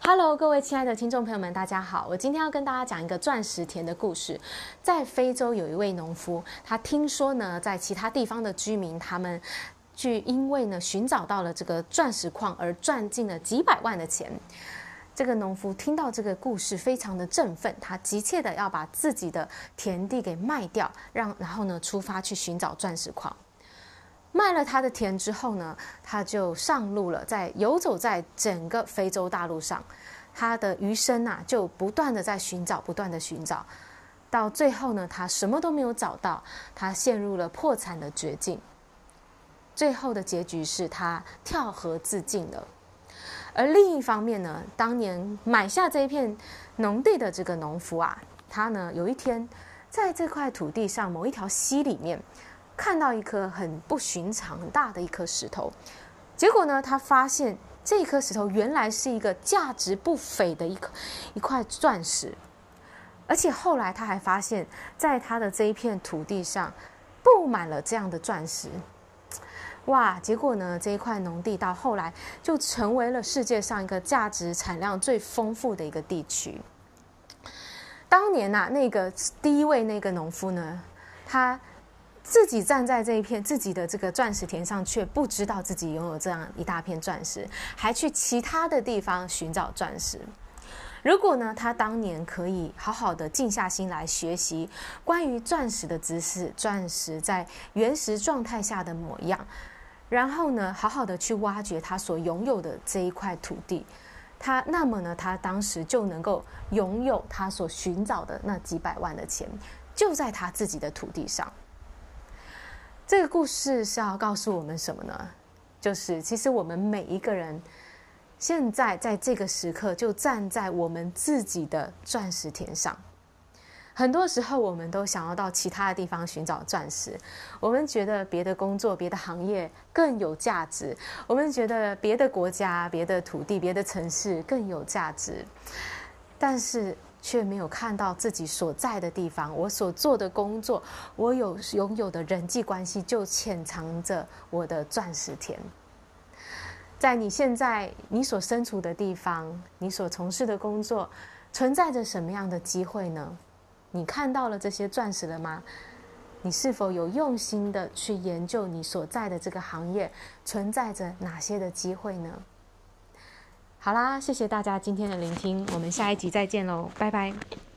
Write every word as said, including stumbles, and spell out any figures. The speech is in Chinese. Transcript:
Hello， 各位亲爱的听众朋友们，大家好！我今天要跟大家讲一个钻石田的故事。在非洲有一位农夫，他听说呢，在其他地方的居民，他们去因为呢寻找到了这个钻石矿而赚进了几百万的钱。这个农夫听到这个故事，非常的振奋，他急切的要把自己的田地给卖掉，让然后呢出发去寻找钻石矿。卖了他的田之后呢，他就上路了，在游走在整个非洲大陆上，他的余生啊，就不断的在寻找，不断的寻找，到最后呢，他什么都没有找到，他陷入了破产的绝境。最后的结局是他跳河自尽了。而另一方面呢，当年买下这一片农地的这个农夫啊，他呢有一天在这块土地上某一条溪里面，看到一颗很不寻常、很大的一颗石头，结果呢，他发现这颗石头原来是一个价值不菲的一颗一块钻石，而且后来他还发现，在他的这一片土地上布满了这样的钻石。哇！结果呢，这一块农地到后来就成为了世界上一个价值产量最丰富的一个地区。当年啊，那个第一位那个农夫呢，他自己站在这一片自己的这个钻石田上，却不知道自己拥有这样一大片钻石，还去其他的地方寻找钻石。如果呢，他当年可以好好的静下心来学习关于钻石的知识，钻石在原始状态下的模样，然后呢，好好的去挖掘他所拥有的这一块土地，他那么呢，他当时就能够拥有他所寻找的那几百万的钱，就在他自己的土地上。这个故事是要告诉我们什么呢？就是其实我们每一个人现在在这个时刻就站在我们自己的钻石田上。很多时候我们都想要到其他的地方寻找钻石，我们觉得别的工作、别的行业更有价值，我们觉得别的国家、别的土地、别的城市更有价值，但是却没有看到自己所在的地方，我所做的工作，我有拥有的人际关系，就潜藏着我的钻石田。在你现在你所身处的地方，你所从事的工作，存在着什么样的机会呢？你看到了这些钻石了吗？你是否有用心的去研究你所在的这个行业存在着哪些的机会呢？好啦，谢谢大家今天的聆听，我们下一集再见喽，拜拜。